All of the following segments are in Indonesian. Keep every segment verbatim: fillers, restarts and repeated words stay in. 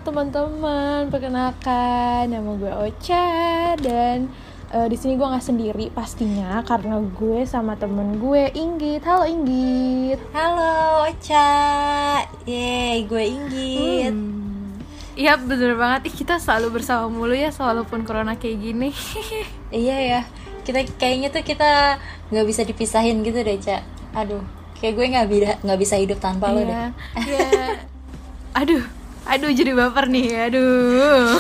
teman-teman, perkenalkan nama gue Ocha dan uh, di sini gue nggak sendiri pastinya karena gue sama temen gue Inggit. Halo Inggit. Halo Ocha. Yeay, gue Inggit. Hmm. Iya bener banget. Ih, kita selalu bersama mulu ya walaupun corona kayak gini. Iya ya. Kita kayaknya tuh kita nggak bisa dipisahin gitu deh, Ca. Aduh, kayak gue nggak bisa nggak bisa hidup tanpa lo deh. Iya. Aduh. Aduh jadi baper nih, aduh.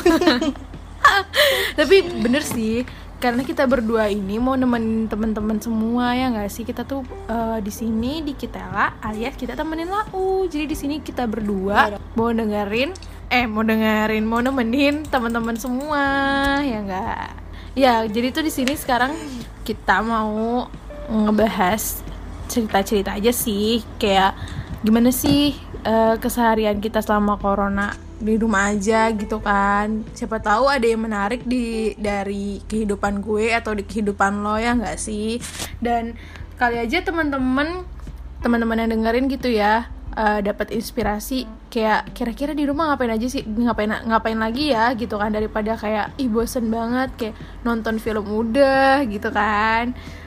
Tapi bener sih, karena kita berdua ini mau nemenin teman-teman semua ya nggak sih, kita tuh uh, di sini di Kitela alias kita temenin Lau. Jadi di sini kita berdua mau dengerin, eh mau dengerin, mau nemenin teman-teman semua ya nggak? Ya jadi tuh di sini sekarang kita mau ngebahas cerita-cerita aja sih, kayak gimana sih Uh, keseharian kita selama corona di rumah aja gitu kan. Siapa tahu ada yang menarik di dari kehidupan gue atau di kehidupan lo ya nggak sih. Dan kali aja teman-teman teman-teman yang dengerin gitu ya uh, dapat inspirasi kayak kira-kira di rumah ngapain aja sih, ngapain ngapain lagi ya gitu kan, daripada kayak ih bosen banget kayak nonton film udah gitu kan.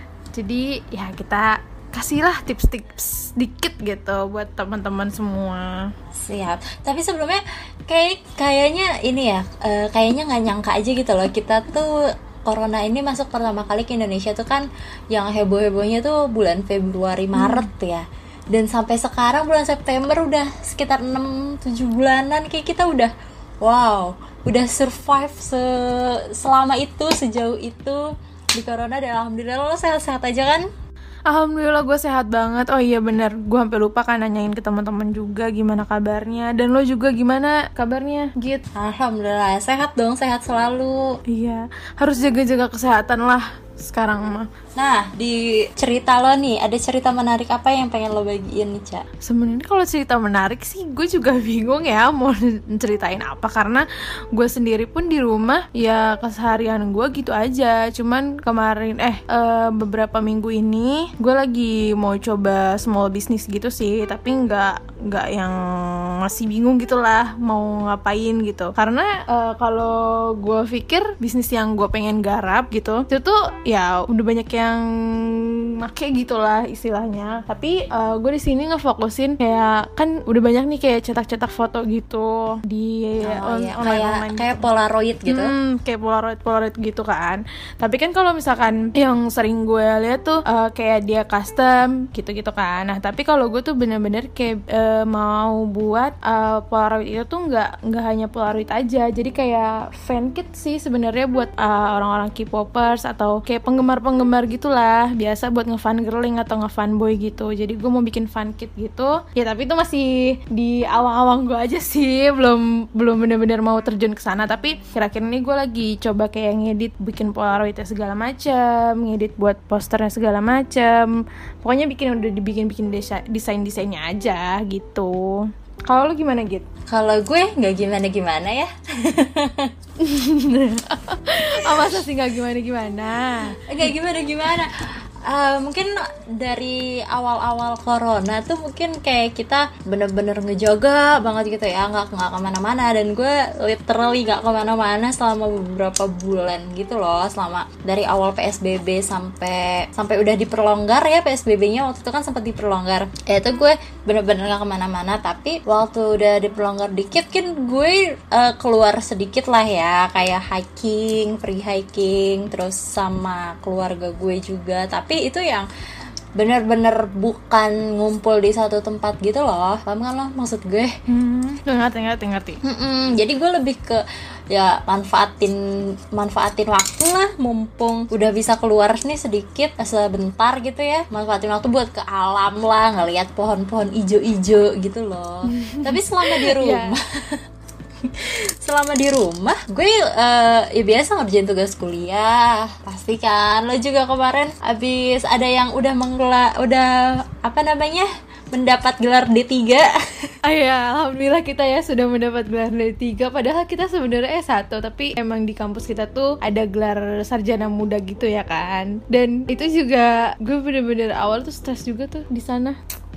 Jadi ya kita kasihlah tips-tips dikit gitu buat teman-teman semua. Siap. Tapi sebelumnya kayak kayaknya ini ya, uh, kayaknya nggak nyangka aja gitu loh, kita tuh corona ini masuk pertama kali ke Indonesia tuh kan yang heboh-hebohnya tuh bulan Februari Maret hmm. ya. Dan sampai sekarang bulan September udah sekitar enam tujuh bulanan, kayak kita udah wow, udah survive se- selama itu, sejauh itu di corona. Dan alhamdulillah lo sehat-sehat aja kan? Alhamdulillah gue sehat banget. Oh iya benar, gue sampai lupa kan nanyain ke teman-teman juga gimana kabarnya. Dan lo juga gimana kabarnya, Git? Alhamdulillah sehat dong, sehat selalu. Iya, harus jaga-jaga kesehatan lah sekarang mah. Nah, di cerita lo nih, ada cerita menarik apa yang pengen lo bagiin nih, Ca? Sebenarnya kalau cerita menarik sih gue juga bingung ya mau ceritain apa, karena gue sendiri pun di rumah ya keseharian gue gitu aja. Cuman kemarin eh uh, beberapa minggu ini gue lagi mau coba small business gitu sih, tapi nggak nggak yang masih bingung gitulah mau ngapain gitu. Karena uh, kalau gue pikir bisnis yang gue pengen garap gitu itu tuh ya udah banyak yang make gitulah istilahnya. Tapi uh, gue di sini ngefokusin kayak kan udah banyak nih kayak cetak-cetak foto gitu di oh, on, iya. online kayak, online kayak polaroid gitu. Hmm, kayak polaroid polaroid gitu kan. Tapi kan kalau misalkan yang sering gue lihat tuh uh, kayak dia custom gitu-gitu kan. Nah tapi kalau gue tuh bener-bener kayak uh, mau buat uh, polaroid itu tuh nggak nggak hanya polaroid aja. Jadi kayak fan kit sih sebenarnya buat uh, orang-orang K-popers atau kayak penggemar-penggemar gitulah, biasa buat nge-fan girling atau nge-fan boy gitu. Jadi gue mau bikin fan kit gitu. Ya tapi itu masih di awang-awang gue aja sih, belum belum benar-benar mau terjun ke sana. Tapi kira-kira ini gue lagi coba kayak ngedit, bikin polaroidnya segala macam, ngedit buat posternya segala macam. Pokoknya bikin udah dibikin-bikin desa- desain-desainnya aja gitu. Kalau lu gimana, Git? Kalau gue nggak gimana-gimana ya. Oh, masa sih nggak gimana-gimana? Nggak gimana-gimana. Uh, mungkin dari awal-awal corona tuh mungkin kayak kita bener-bener ngejaga banget gitu ya, nggak nggak kemana-mana. Dan gue literally nggak kemana-mana selama beberapa bulan gitu loh, selama dari awal P S B B sampai sampai udah diperlonggar ya P S B B-nya waktu itu kan sempat diperlonggar. Ya itu gue bener-bener nggak kemana-mana. Tapi waktu udah diperlonggar dikit kan gue uh, keluar sedikit lah ya, kayak hiking, free hiking, terus sama keluarga gue juga. Tapi itu yang bener-bener bukan ngumpul di satu tempat gitu loh, paham kan lo maksud gue? Hmm, ngerti ngerti ngerti. Mm-mm, jadi gue lebih ke ya manfaatin manfaatin waktu lah, mumpung udah bisa keluar nih sedikit sebentar gitu ya, manfaatin waktu buat ke alam lah, ngelihat pohon-pohon ijo-ijo gitu loh. Tapi selama di rumah yeah. Selama di rumah gue uh, ya biasa ngerjain tugas kuliah. Pasti kan lo juga kemarin abis ada yang udah menggela, udah apa namanya mendapat gelar D tiga. Ah ya, alhamdulillah kita ya sudah mendapat gelar D tiga. Padahal kita sebenarnya S satu, tapi emang di kampus kita tuh ada gelar sarjana muda gitu ya kan. Dan itu juga gue bener-bener awal tuh stres juga tuh di sana.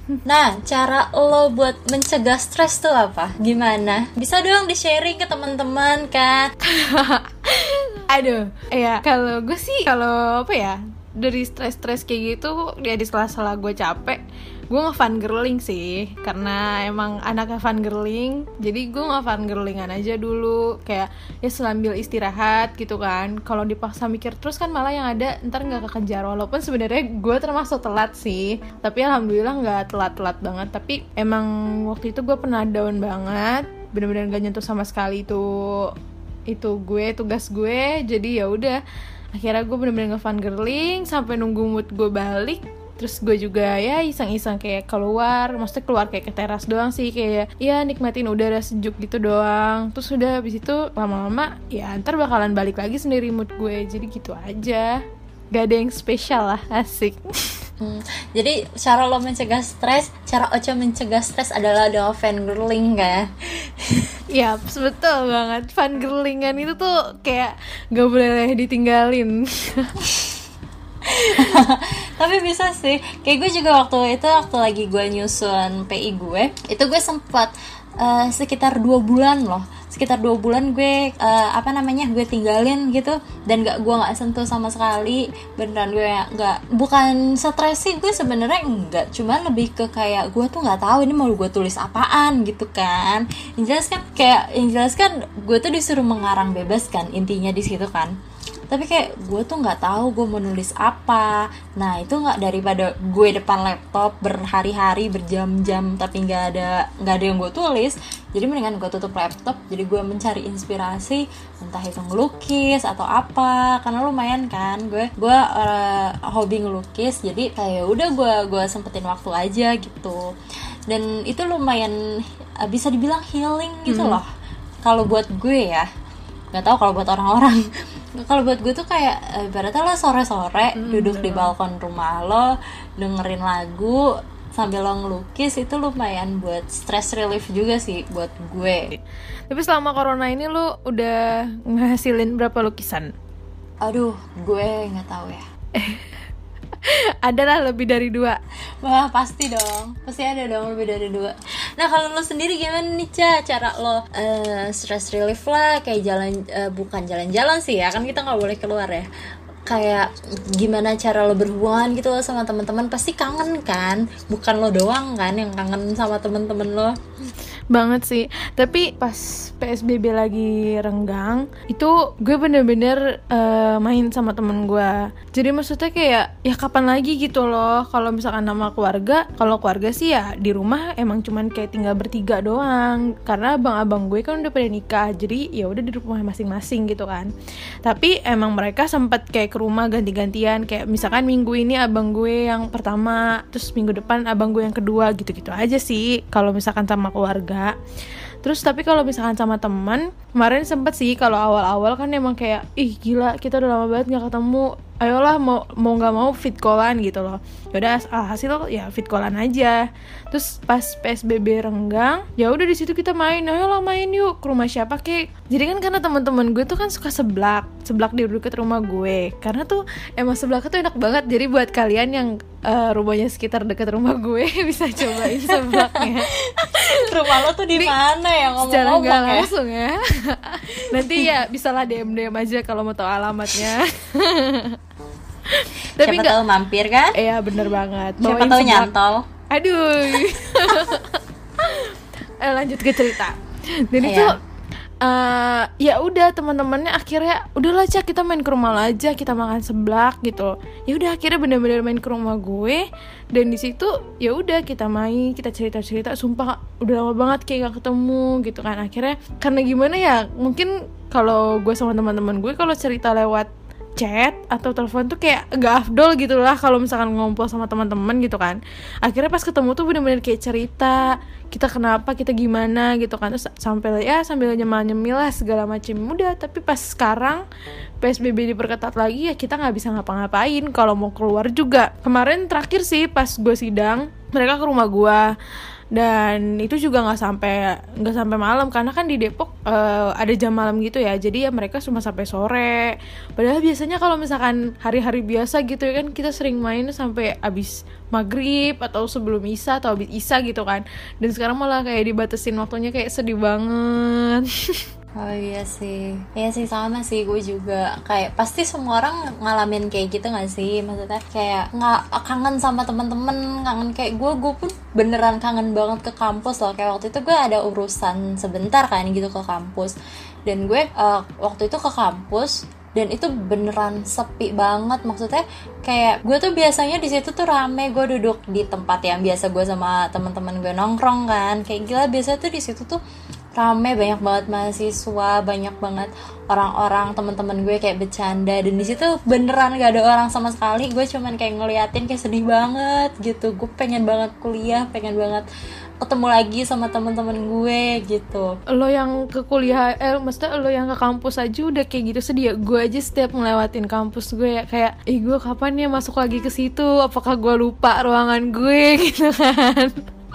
Nah, cara lo buat mencegah stres tuh apa? Gimana? Bisa dong di-sharing ke teman-teman kan? Aduh, ya kalau gue sih kalau apa ya dari stres-stres kayak gitu ya di sela-sela gue capek, gue nge-fun girling sih karena emang anaknya fun girling, jadi gue nge-fun girlingan aja dulu kayak ya sambil istirahat gitu kan. Kalau dipaksa mikir terus kan malah yang ada ntar nggak kekejar, walaupun sebenarnya gue termasuk telat sih, tapi alhamdulillah nggak telat-telat banget. Tapi emang waktu itu gue pernah down banget, bener-bener gak nyentuh sama sekali itu itu gue tugas gue. Jadi ya udah akhirnya gue bener-bener nge-fun girling sampai nunggu mood gue balik. Terus gue juga ya iseng-iseng kayak keluar, maksudnya keluar kayak ke teras doang sih, kayak ya nikmatin udara sejuk gitu doang. Terus udah habis itu lama-lama ya ntar bakalan balik lagi sendiri mood gue. Jadi gitu aja, gak ada yang spesial lah, asik. Hmm, jadi cara lo mencegah stres, cara Ocha mencegah stres adalah dengan fan girling kan? Ya betul banget, fun girlingan itu tuh kayak gak boleh ditinggalin. Tapi bisa sih, kayak gue juga waktu itu waktu lagi gue nyusun P I gue, itu gue sempat uh, sekitar dua bulan loh, sekitar dua bulan gue uh, apa namanya gue tinggalin gitu, dan gak gue nggak sentuh sama sekali, beneran gue nggak, bukan stres sih gue sebenarnya enggak, cuman lebih ke kayak gue tuh nggak tahu ini mau gue tulis apaan gitu kan. Yang jelas kan kayak yang jelas kan gue tuh disuruh mengarang bebas kan intinya di situ kan. Tapi kayak gue tuh nggak tahu gue mau nulis apa. Nah itu nggak, daripada gue depan laptop berhari-hari berjam-jam tapi nggak ada nggak ada yang gue tulis, jadi mendingan gue tutup laptop. Jadi gue mencari inspirasi, entah itu ngelukis atau apa, karena lumayan kan gue gue uh, hobi ngelukis. Jadi kayak udah gue gue sempetin waktu aja gitu, dan itu lumayan uh, bisa dibilang healing gitu hmm. loh. Kalau buat gue ya, nggak tahu kalau buat orang-orang. Kalau buat gue tuh kayak ibaratnya lo sore-sore hmm, duduk bener. Di balkon rumah lo dengerin lagu sambil lo ngelukis, itu lumayan buat stress relief juga sih buat gue. Tapi selama corona ini lo udah ngehasilin berapa lukisan? Aduh, gue nggak tahu ya. Adalah lebih dari dua. Wah pasti dong, pasti ada dong lebih dari dua. Nah kalau lo sendiri gimana nih Ca, cara lo uh, stress relief lah, kayak jalan uh, bukan jalan-jalan sih ya, kan kita nggak boleh keluar ya. Kayak gimana cara lo berhubungan gitu loh sama teman-teman, pasti kangen kan, bukan lo doang kan yang kangen sama teman-teman lo. Banget sih. Tapi pas P S B B lagi renggang itu gue bener-bener uh, main sama temen gue. Jadi maksudnya kayak ya kapan lagi gitu loh. Kalau misalkan nama keluarga, kalau keluarga sih ya di rumah emang cuman kayak tinggal bertiga doang, karena abang-abang gue kan udah pada nikah, jadi ya udah di rumah masing-masing gitu kan. Tapi emang mereka sempat kayak ke rumah ganti-gantian, kayak misalkan minggu ini abang gue yang pertama, terus minggu depan abang gue yang kedua, gitu-gitu aja sih kalau misalkan sama keluarga. Terus tapi kalau misalkan sama teman, kemarin sempet sih kalau awal-awal kan emang kayak ih gila kita udah lama banget nggak ketemu, ayolah mau mau nggak mau fit callan gitu loh. Yaudah hasil ya fit callan aja. Terus pas P S B B renggang, ya udah di situ kita main, ayolah main yuk ke rumah siapa kek. Jadi kan karena teman-teman gue tuh kan suka seblak, seblak di dekat rumah gue. Karena tuh emang seblak tuh enak banget. Jadi buat kalian yang uh, rumahnya sekitar dekat rumah gue bisa cobain seblaknya. Rumah lo tuh di mana ya ngomong-ngomong secara nggak ya? langsung ya. Nanti ya bisalah D M D M aja kalau mau tahu alamatnya. Tapi siapa tahu mampir kan? Iya bener banget. Siapa tahu nyantol. Aduh. eh, lanjut ke cerita. Dan itu uh, ya udah teman-temannya akhirnya udahlah Cak, kita main ke rumah lo aja, kita makan seblak gitu. Ya udah akhirnya bener-bener main ke rumah gue, dan di situ ya udah kita main, kita cerita-cerita. Sumpah udah lama banget kayak gak ketemu gitu kan. Akhirnya karena gimana ya, mungkin kalau gue sama teman-teman gue kalau cerita lewat chat atau telepon tuh kayak gak afdol gitu lah kalau misalkan ngumpul sama teman-teman gitu kan. Akhirnya pas ketemu tuh bener-bener kayak cerita kita kenapa, kita gimana gitu kan. Terus sampai ya sambil nyemil-nyemil lah segala macam. Udah, tapi pas sekarang P S B B diperketat lagi ya kita gak bisa ngapa-ngapain. Kalau mau keluar juga, kemarin terakhir sih pas gue sidang mereka ke rumah gue. Dan itu juga nggak sampai nggak sampai malam karena kan di Depok uh, ada jam malam gitu ya, jadi ya mereka cuma sampai sore. Padahal biasanya kalau misalkan hari-hari biasa gitu ya kan kita sering main sampai abis maghrib atau sebelum isya atau abis isya gitu kan. Dan sekarang malah kayak dibatasin waktunya, kayak sedih banget. Oh iya sih, iya sih sama sih gue juga. Kayak pasti semua orang ngalamin kayak gitu nggak sih? Maksudnya kayak nggak kangen sama teman-teman, kangen kayak gue, gue pun beneran kangen banget ke kampus loh. Kayak waktu itu gue ada urusan sebentar kan gitu ke kampus, dan gue uh, waktu itu ke kampus dan itu beneran sepi banget. Maksudnya kayak gue tuh biasanya di situ tuh rame, gue duduk di tempat yang biasa gue sama teman-teman gue nongkrong kan, kayak gila biasa tuh di situ tuh rame, banyak banget mahasiswa, banyak banget orang-orang, teman-teman gue kayak bercanda, dan di situ beneran gak ada orang sama sekali. Gue cuman kayak ngeliatin, kayak sedih banget gitu. Gue pengen banget kuliah, pengen banget ketemu lagi sama teman-teman gue gitu. Lo yang ke kuliah, eh maksudnya lo yang ke kampus aja udah kayak gitu sedih ya. Gue aja setiap ngelewatin kampus gue ya kayak, ih gue kapan ya masuk lagi ke situ? Apakah gue lupa ruangan gue gitu kan?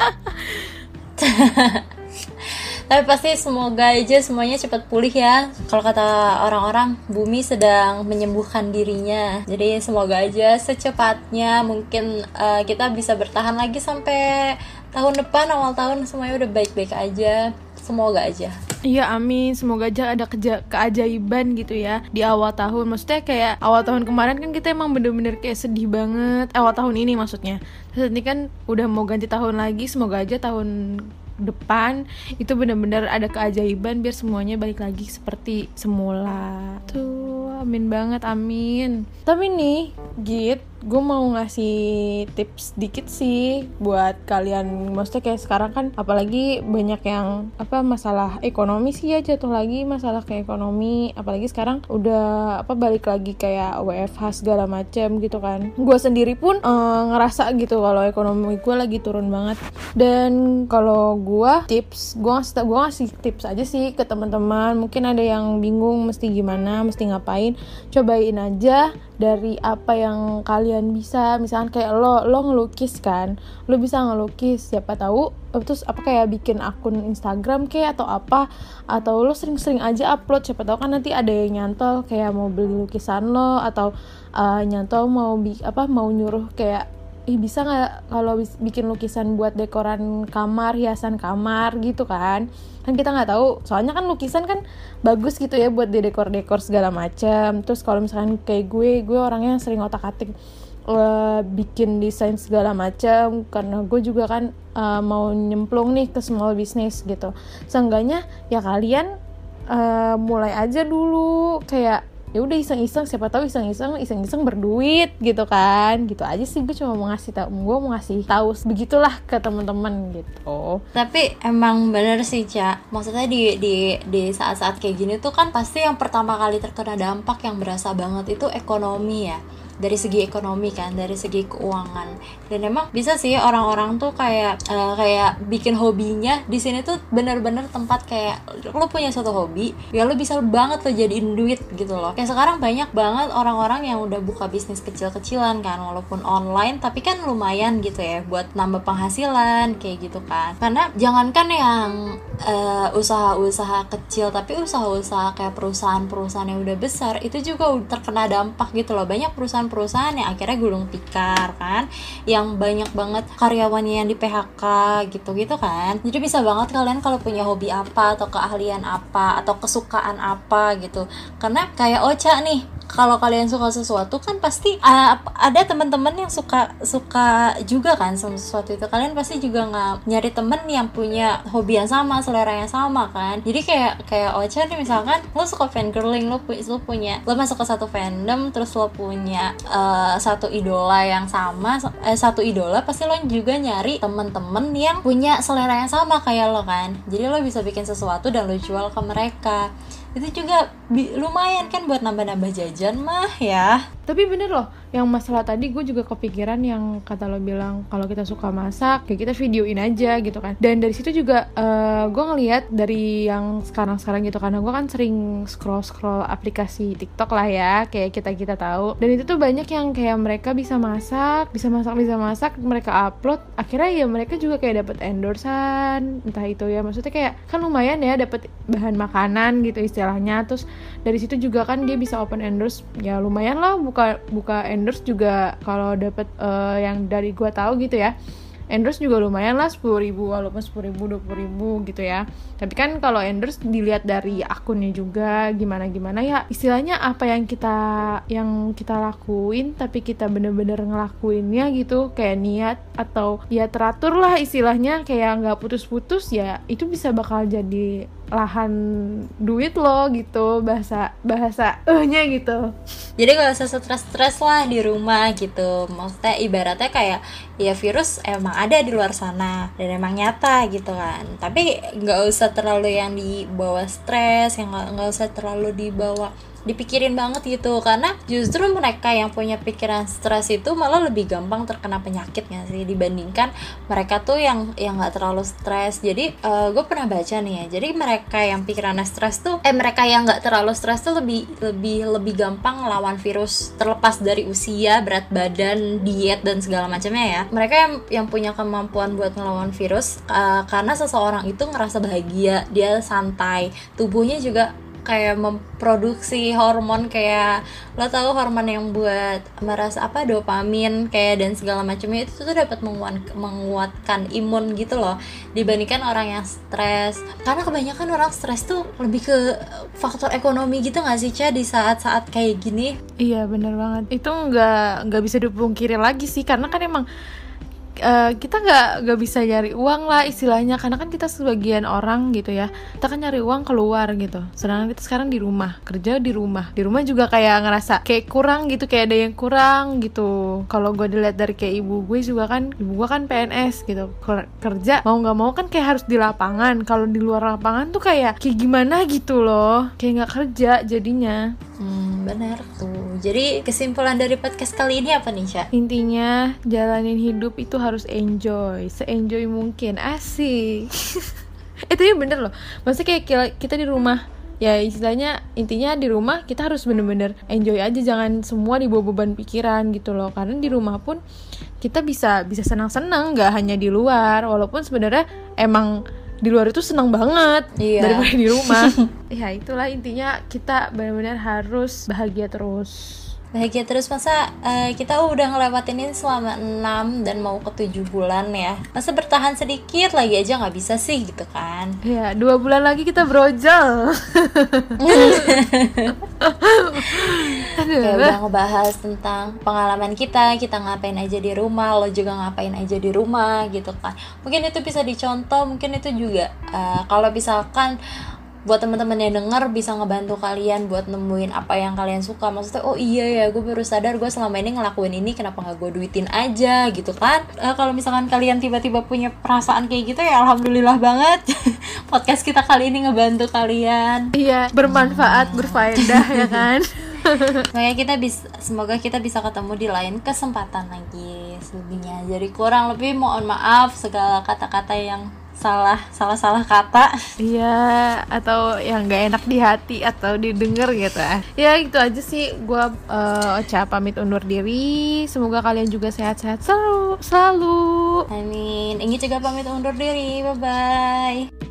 Tapi pasti semoga aja semuanya cepat pulih ya. Kalau kata orang-orang, bumi sedang menyembuhkan dirinya. Jadi semoga aja secepatnya mungkin uh, kita bisa bertahan lagi sampai tahun depan, awal tahun semuanya udah baik-baik aja. Semoga aja. Iya amin, semoga aja ada keja- keajaiban gitu ya di awal tahun. Maksudnya kayak awal tahun kemarin kan kita emang bener-bener kayak sedih banget. Awal tahun ini maksudnya. Terus ini kan udah mau ganti tahun lagi, semoga aja tahun depan itu benar-benar ada keajaiban biar semuanya balik lagi seperti semula. Tuh, amin banget, amin. Tapi nih, Git, gue mau ngasih tips dikit sih buat kalian. Maksudnya kayak sekarang kan apalagi banyak yang apa masalah ekonomi sih ya, jatuh lagi masalah kayak ekonomi. Apalagi sekarang udah apa balik lagi kayak W F H segala macam gitu kan. Gue sendiri pun uh, ngerasa gitu kalau ekonomi gue lagi turun banget. Dan kalau gue tips, gue ngasih gue ngasih tips aja sih ke teman-teman. Mungkin ada yang bingung mesti gimana, mesti ngapain. Cobain aja dari apa yang kalian bisa. Misalkan kayak lo lo ngelukis kan, lo bisa ngelukis, siapa tahu terus apa kayak bikin akun Instagram kayak atau apa, atau lo sering-sering aja upload, siapa tahu kan nanti ada yang nyantol kayak mau beli lukisan lo, atau uh, nyantol mau bi- apa mau nyuruh kayak ih bisa nggak kalau bikin lukisan buat dekoran kamar, hiasan kamar gitu kan. Kan kita nggak tahu, soalnya kan lukisan kan bagus gitu ya buat di dekor-dekor segala macam. Terus kalau misalkan kayak gue, gue orangnya sering otak-atik uh, bikin desain segala macam, karena gue juga kan uh, mau nyemplung nih ke small business gitu. Seenggaknya ya kalian uh, mulai aja dulu kayak ya udah iseng-iseng, siapa tahu iseng-iseng iseng-iseng berduit gitu kan. Gitu aja sih, gue cuma mau ngasih tahu, gue mau ngasih tahu begitulah ke teman-teman gitu. Tapi emang bener sih, Ca, maksudnya di di di saat-saat kayak gini tuh kan pasti yang pertama kali terkena dampak yang berasa banget itu ekonomi ya. Dari segi ekonomi kan, dari segi keuangan. Dan emang bisa sih orang-orang tuh kayak uh, kayak bikin hobinya di sini tuh bener-bener tempat kayak lo punya suatu hobi ya lo bisa banget lo jadiin duit gitu loh. Kayak sekarang banyak banget orang-orang yang udah buka bisnis kecil-kecilan kan, walaupun online tapi kan lumayan gitu ya buat nambah penghasilan kayak gitu kan. Karena jangankan yang uh, usaha-usaha kecil, tapi usaha-usaha kayak perusahaan-perusahaan yang udah besar itu juga terkena dampak gitu loh. Banyak perusahaan perusahaan yang akhirnya gulung tikar kan, yang banyak banget karyawannya yang di P H K gitu-gitu kan. Jadi bisa banget kalian kalau punya hobi apa atau keahlian apa atau kesukaan apa gitu. Karena kayak Ocha nih, kalau kalian suka sesuatu kan pasti uh, ada teman-teman yang suka suka juga kan sama sesuatu itu. Kalian pasti juga nggak nyari temen yang punya hobi yang sama, selera yang sama kan. Jadi kayak kayak Ocha nih, misalkan lo suka fangirling, lo, pu- lo punya lo masuk ke satu fandom, terus lo punya uh, satu idola yang sama, eh, satu idola pasti lo juga nyari temen-temen yang punya selera yang sama kayak lo kan. Jadi lo bisa bikin sesuatu dan lo jual ke mereka. Itu juga bi- lumayan kan buat nambah-nambah jajan mah ya. Tapi bener loh, yang masalah tadi gue juga kepikiran yang kata lo bilang kalau kita suka masak kayak kita videoin aja gitu kan. Dan dari situ juga uh, gue ngelihat dari yang sekarang-sekarang gitu, karena gue kan sering scroll-scroll aplikasi TikTok lah ya, kayak kita-kita tahu. Dan itu tuh banyak yang kayak mereka bisa masak, bisa masak, bisa masak, mereka upload, akhirnya ya mereka juga kayak dapat endorsan, entah itu ya, maksudnya kayak kan lumayan ya dapat bahan makanan gitu istilahnya. Terus dari situ juga kan dia bisa open endorse, ya lumayan lah buka buka endorse juga kalau dapat uh, yang dari gua tahu gitu ya. Endorse juga lumayan lah sepuluh ribu, walaupun sepuluh ribu, dua puluh ribu gitu ya. Tapi kan kalau endorse dilihat dari akunnya juga gimana-gimana ya, istilahnya apa yang kita yang kita lakuin tapi kita bener-bener ngelakuinnya gitu, kayak niat atau ya teratur lah istilahnya, kayak nggak putus-putus ya, itu bisa bakal jadi lahan duit lo gitu, bahasa bahasa ehnya gitu. Jadi gak usah stres-stres lah di rumah gitu. Maksudnya ibaratnya kayak ya virus emang ada di luar sana dan emang nyata gitu kan. Tapi gak usah terlalu yang dibawa stres, yang gak, gak usah terlalu dibawa dipikirin banget gitu, karena justru mereka yang punya pikiran stres itu malah lebih gampang terkena penyakit nggak sih dibandingkan mereka tuh yang yang nggak terlalu stres. Jadi uh, gue pernah baca nih ya, jadi mereka yang pikirannya stres tuh eh mereka yang nggak terlalu stres tuh lebih lebih lebih gampang ngelawan virus, terlepas dari usia, berat badan, diet dan segala macamnya ya. Mereka yang yang punya kemampuan buat ngelawan virus uh, karena seseorang itu ngerasa bahagia, dia santai, tubuhnya juga kayak memproduksi hormon, kayak lo tahu hormon yang buat merasa apa, dopamin kayak dan segala macamnya, itu tuh dapat menguat, menguatkan imun gitu loh dibandingkan orang yang stres. Karena kebanyakan orang stres tuh lebih ke faktor ekonomi gitu nggak sih Ca di saat-saat kayak gini? Iya bener banget, itu nggak nggak bisa dipungkiri lagi sih, karena kan emang Uh, kita nggak nggak bisa nyari uang lah istilahnya, karena kan kita sebagian orang gitu ya, kita kan nyari uang keluar gitu, sedangkan kita sekarang di rumah, kerja di rumah di rumah juga kayak ngerasa kayak kurang gitu, kayak ada yang kurang gitu. Kalau gue dilihat dari kayak ibu gue juga kan, ibu gue kan P N S gitu, kerja mau nggak mau kan kayak harus di lapangan. Kalau di luar lapangan tuh kayak kayak gimana gitu loh, kayak nggak kerja jadinya. Hmm, benar tuh. Jadi kesimpulan dari podcast kali ini apa nih, Ca? Intinya jalanin hidup itu harus enjoy, se-enjoy mungkin, asik. Itu ya bener loh. Maksudnya kayak kita di rumah, ya istilahnya intinya di rumah kita harus bener-bener enjoy aja, jangan semua dibawa beban pikiran gitu loh. Karena di rumah pun kita bisa bisa senang-senang, nggak hanya di luar. Walaupun sebenarnya emang di luar itu senang banget iya. daripada di rumah. Ya itulah intinya, kita benar-benar harus bahagia terus. Bahagia terus, masa uh, kita udah ngelewatin ini selama enam dan mau ke tujuh bulan ya. Masa bertahan sedikit lagi aja gak bisa sih gitu kan. Iya, dua bulan lagi kita brojol. Ya udah ngebahas tentang pengalaman kita, kita ngapain aja di rumah, lo juga ngapain aja di rumah gitu kan. Mungkin itu bisa dicontoh, mungkin itu juga uh, kalau misalkan buat teman-teman yang denger bisa ngebantu kalian buat nemuin apa yang kalian suka. Maksudnya oh iya ya, gue baru sadar gue selama ini ngelakuin ini, kenapa gak gue duitin aja gitu kan. uh, Kalau misalkan kalian tiba-tiba punya perasaan kayak gitu ya alhamdulillah banget. Podcast kita kali ini ngebantu kalian. Iya, bermanfaat, berfaedah ya kan. Semoga kita bisa, semoga kita bisa ketemu di lain kesempatan lagi. Selebihnya jadi kurang lebih mohon maaf segala kata-kata yang salah salah salah kata, iya, atau yang nggak enak di hati atau didengar gitu. Ya gitu aja sih, gue uh, Ocha pamit undur diri. Semoga kalian juga sehat-sehat selalu selalu. Amin. Ini juga pamit undur diri, bye bye.